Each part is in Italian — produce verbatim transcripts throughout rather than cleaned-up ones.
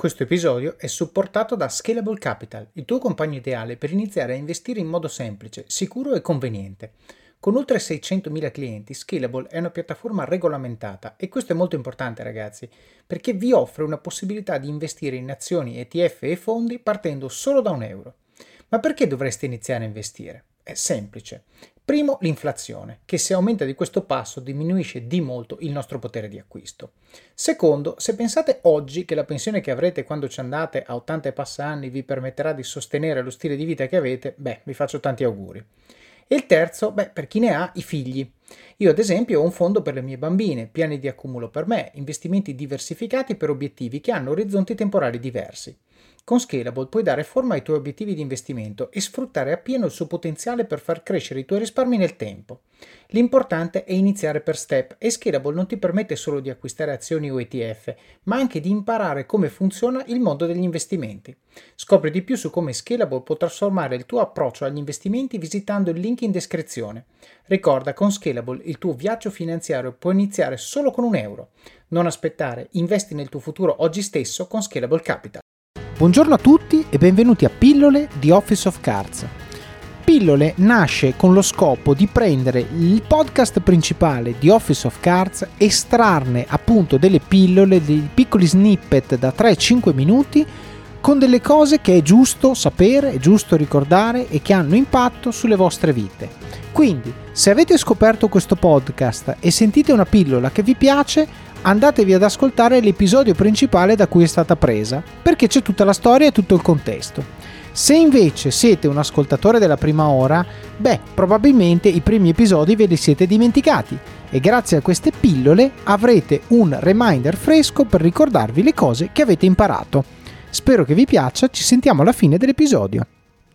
Questo episodio è supportato da Scalable Capital, il tuo compagno ideale per iniziare a investire in modo semplice, sicuro e conveniente. Con oltre seicentomila clienti, Scalable è una piattaforma regolamentata e questo è molto importante, ragazzi, perché vi offre una possibilità di investire in azioni, E T F e fondi partendo solo da un euro. Ma perché dovreste iniziare a investire? È semplice. Primo, l'inflazione, che se aumenta di questo passo diminuisce di molto il nostro potere di acquisto. Secondo, se pensate oggi che la pensione che avrete quando ci andate a ottanta e passa anni vi permetterà di sostenere lo stile di vita che avete, beh, vi faccio tanti auguri. E il terzo, beh, per chi ne ha, i figli. Io ad esempio ho un fondo per le mie bambine, piani di accumulo per me, investimenti diversificati per obiettivi che hanno orizzonti temporali diversi. Con Scalable puoi dare forma ai tuoi obiettivi di investimento e sfruttare appieno il suo potenziale per far crescere i tuoi risparmi nel tempo. L'importante è iniziare per step e Scalable non ti permette solo di acquistare azioni o E T F, ma anche di imparare come funziona il mondo degli investimenti. Scopri di più su come Scalable può trasformare il tuo approccio agli investimenti visitando il link in descrizione. Ricorda, con Scalable il tuo viaggio finanziario può iniziare solo con un euro. Non aspettare, investi nel tuo futuro oggi stesso con Scalable Capital. Buongiorno a tutti e benvenuti a Pillole di Office of Cards. Pillole nasce con lo scopo di prendere il podcast principale di Office of Cards, estrarne appunto delle pillole, dei piccoli snippet da tre cinque minuti con delle cose che è giusto sapere, è giusto ricordare e che hanno impatto sulle vostre vite. Quindi, se avete scoperto questo podcast e sentite una pillola che vi piace, andatevi ad ascoltare l'episodio principale da cui è stata presa, perché c'è tutta la storia e tutto il contesto. Se invece siete un ascoltatore della prima ora, beh, probabilmente i primi episodi ve li siete dimenticati e grazie a queste pillole avrete un reminder fresco per ricordarvi le cose che avete imparato. Spero che vi piaccia, ci sentiamo alla fine dell'episodio.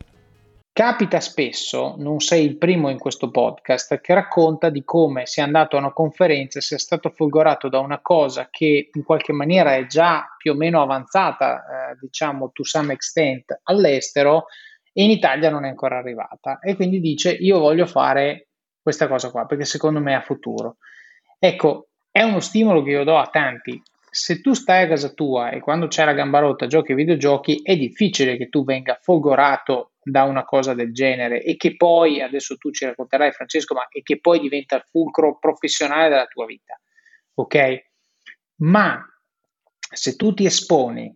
Capita spesso, non sei il primo in questo podcast, che racconta di come sia andato a una conferenza e sia stato folgorato da una cosa che in qualche maniera è già più o meno avanzata, eh, diciamo to some extent, all'estero e in Italia non è ancora arrivata. E quindi dice: io voglio fare questa cosa qua perché secondo me ha futuro. Ecco, è uno stimolo che io do a tanti. Se tu stai a casa tua e quando c'è la gamba rotta giochi ai videogiochi, è difficile che tu venga folgorato da una cosa del genere e che poi, adesso tu ci racconterai Francesco, ma e che poi diventa il fulcro professionale della tua vita, ok? Ma se tu ti esponi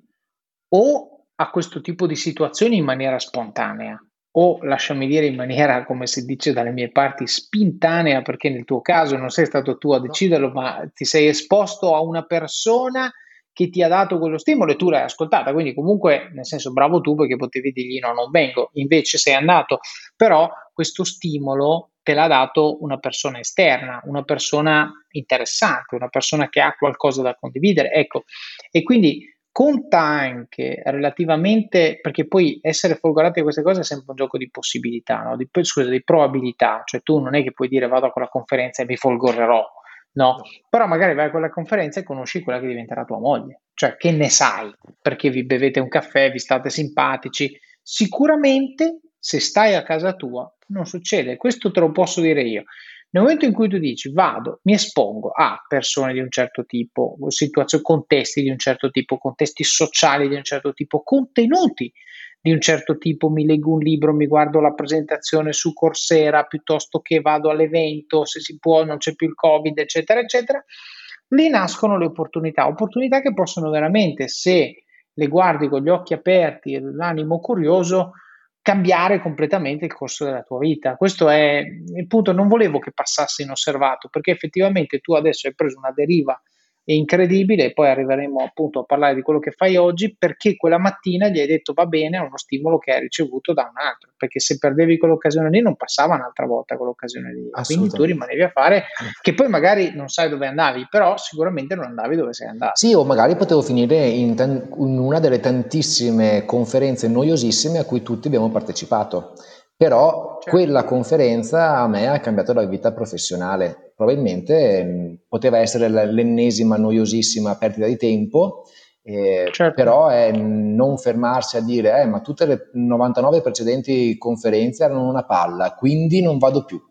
o a questo tipo di situazioni in maniera spontanea o, lasciami dire, in maniera, come si dice dalle mie parti, spintanea, perché nel tuo caso non sei stato tu a deciderlo, ma ti sei esposto a una persona che ti ha dato quello stimolo e tu l'hai ascoltata, quindi comunque, nel senso, bravo tu, perché potevi dirgli no, non vengo, invece sei andato, però questo stimolo te l'ha dato una persona esterna, una persona interessante, una persona che ha qualcosa da condividere, ecco, e quindi conta anche relativamente, perché poi essere folgorati di queste cose è sempre un gioco di possibilità, no? di, scusa, di probabilità, cioè tu non è che puoi dire vado a quella conferenza e mi folgorerò, no, però magari vai a quella conferenza e conosci quella che diventerà tua moglie, cioè che ne sai, perché vi bevete un caffè, vi state simpatici, sicuramente se stai a casa tua non succede, questo te lo posso dire io. Nel momento in cui tu dici vado, mi espongo a persone di un certo tipo, situazioni, contesti di un certo tipo, contesti sociali di un certo tipo, contenuti di un certo tipo, mi leggo un libro, mi guardo la presentazione su Coursera piuttosto che vado all'evento, se si può, non c'è più il Covid, eccetera, eccetera, lì nascono le opportunità, opportunità che possono veramente, se le guardi con gli occhi aperti e l'animo curioso, cambiare completamente il corso della tua vita. Questo è il punto, non volevo che passasse inosservato, perché effettivamente tu adesso hai preso una deriva incredibile e poi arriveremo appunto a parlare di quello che fai oggi, perché quella mattina gli hai detto va bene a uno stimolo che hai ricevuto da un altro, perché se perdevi quell'occasione lì non passava un'altra volta quell'occasione lì, quindi tu rimanevi a fare, che poi magari non sai dove andavi, però sicuramente non andavi dove sei andato. Sì, o magari potevo finire in, tan- in una delle tantissime conferenze noiosissime a cui tutti abbiamo partecipato, però certo, quella conferenza a me ha cambiato la vita professionale, probabilmente mh, poteva essere l'ennesima noiosissima perdita di tempo, eh, certo, però è non fermarsi a dire eh, ma tutte le novantanove precedenti conferenze erano una palla, quindi non vado più.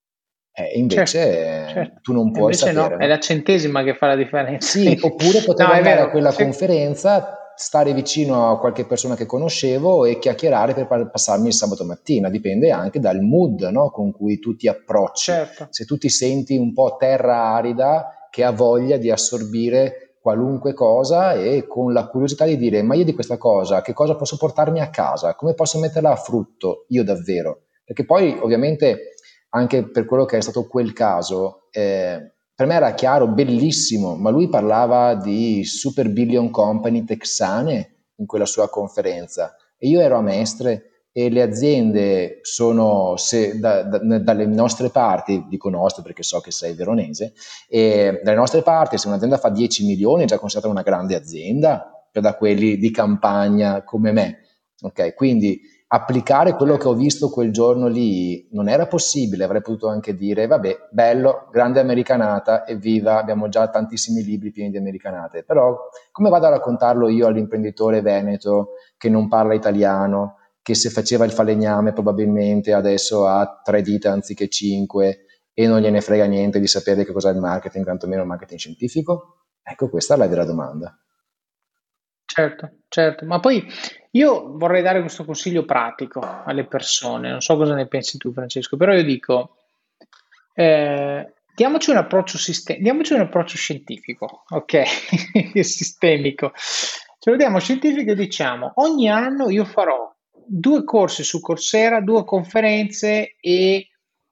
Eh, invece certo, certo, tu non puoi invece sapere. No, no, è la centesima che fa la differenza. Sì, oppure potevo no, andare vero, a quella se... conferenza stare vicino a qualche persona che conoscevo e chiacchierare per passarmi il sabato mattina. Dipende anche dal mood, no, con cui tu ti approcci. Certo. Se tu ti senti un po' terra arida che ha voglia di assorbire qualunque cosa e con la curiosità di dire: ma io di questa cosa che cosa posso portarmi a casa, come posso metterla a frutto io davvero? Perché poi ovviamente anche per quello che è stato quel caso, eh, per me era chiaro, bellissimo, ma lui parlava di super billion company texane in quella sua conferenza e io ero a Mestre e le aziende sono, se, da, da, dalle nostre parti, dico nostre perché so che sei veronese, e dalle nostre parti se un'azienda fa dieci milioni è già considerata una grande azienda, per da quelli di campagna come me, ok? Quindi applicare quello che ho visto quel giorno lì non era possibile, avrei potuto anche dire vabbè, bello, grande americanata, evviva, abbiamo già tantissimi libri pieni di americanate, però come vado a raccontarlo io all'imprenditore veneto che non parla italiano, che se faceva il falegname probabilmente adesso ha tre dita anziché cinque e non gliene frega niente di sapere che cos'è il marketing, tantomeno il marketing scientifico? Ecco, questa è la vera domanda. Certo, certo, ma poi io vorrei dare questo consiglio pratico alle persone, non so cosa ne pensi tu Francesco, però io dico, eh, diamoci un approccio sistem- diamoci un approccio scientifico, ok? Sistemico. Ce lo diamo scientifico e diciamo, ogni anno io farò due corsi su Coursera, due conferenze e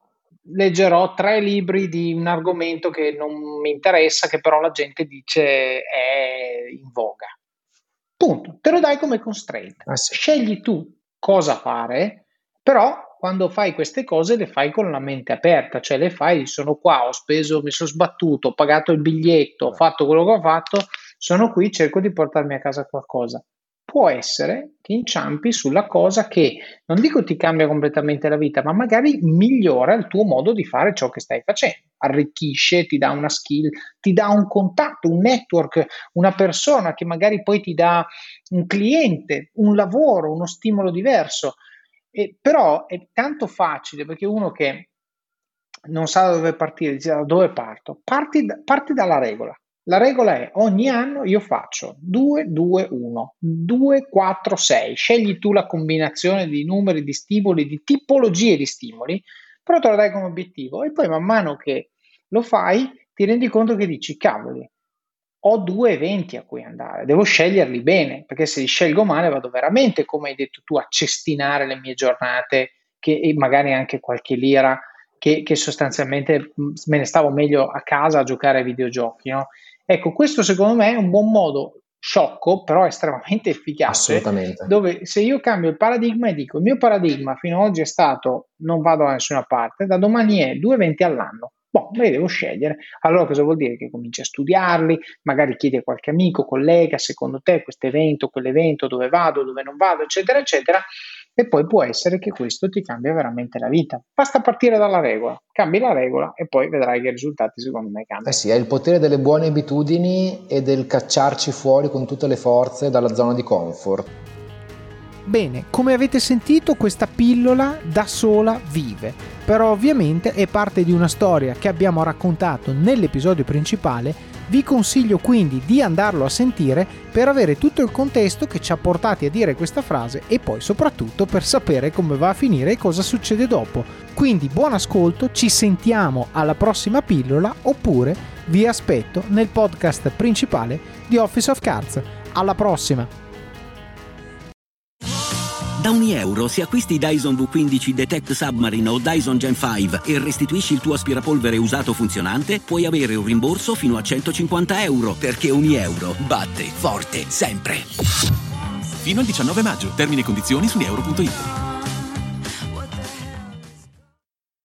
leggerò tre libri di un argomento che non mi interessa, che però la gente dice è in voga. Punto, te lo dai come constraint. Ah, sì. Scegli tu cosa fare, però quando fai queste cose le fai con la mente aperta, cioè le fai, sono qua, ho speso, mi sono sbattuto, ho pagato il biglietto, ho fatto quello che ho fatto, sono qui, cerco di portarmi a casa qualcosa. Può essere che inciampi sulla cosa che, non dico ti cambia completamente la vita, ma magari migliora il tuo modo di fare ciò che stai facendo, arricchisce, ti dà una skill, ti dà un contatto, un network, una persona che magari poi ti dà un cliente, un lavoro, uno stimolo diverso. E, però è tanto facile perché uno che non sa da dove partire, dice da dove parto, parti, parti dalla regola. La regola è ogni anno io faccio due, due, uno, due, quattro, sei, scegli tu la combinazione di numeri, di stimoli, di tipologie di stimoli, però te lo dai come obiettivo e poi man mano che lo fai ti rendi conto che dici cavoli, ho due eventi a cui andare, devo sceglierli bene, perché se li scelgo male vado veramente, come hai detto tu, a cestinare le mie giornate che, e magari anche qualche lira che, che sostanzialmente me ne stavo meglio a casa a giocare ai videogiochi, no? Ecco, questo secondo me è un buon modo, sciocco, però estremamente efficace, assolutamente, dove se io cambio il paradigma e dico il mio paradigma fino ad oggi è stato non vado da nessuna parte, da domani è due eventi all'anno, boh, me li devo scegliere, allora cosa vuol dire? Che cominci a studiarli, magari chiedi a qualche amico, collega, secondo te questo evento, quell'evento, dove vado, dove non vado, eccetera, eccetera, e poi può essere che questo ti cambia veramente la vita. Basta partire dalla regola, cambi la regola e poi vedrai che i risultati secondo me cambiano. Eh sì, è il potere delle buone abitudini e del cacciarci fuori con tutte le forze dalla zona di comfort. Bene, come avete sentito questa pillola da sola vive, però ovviamente è parte di una storia che abbiamo raccontato nell'episodio principale. Vi consiglio quindi di andarlo a sentire per avere tutto il contesto che ci ha portati a dire questa frase e poi soprattutto per sapere come va a finire e cosa succede dopo. Quindi buon ascolto, ci sentiamo alla prossima pillola oppure vi aspetto nel podcast principale di Office of Cards. Alla prossima! Da ogni euro, se acquisti Dyson V quindici Detect Submarine o Dyson Gen cinque e restituisci il tuo aspirapolvere usato funzionante, puoi avere un rimborso fino a centocinquanta euro, perché ogni euro batte forte sempre. Fino al diciannove maggio. Termini e condizioni su euro punto it.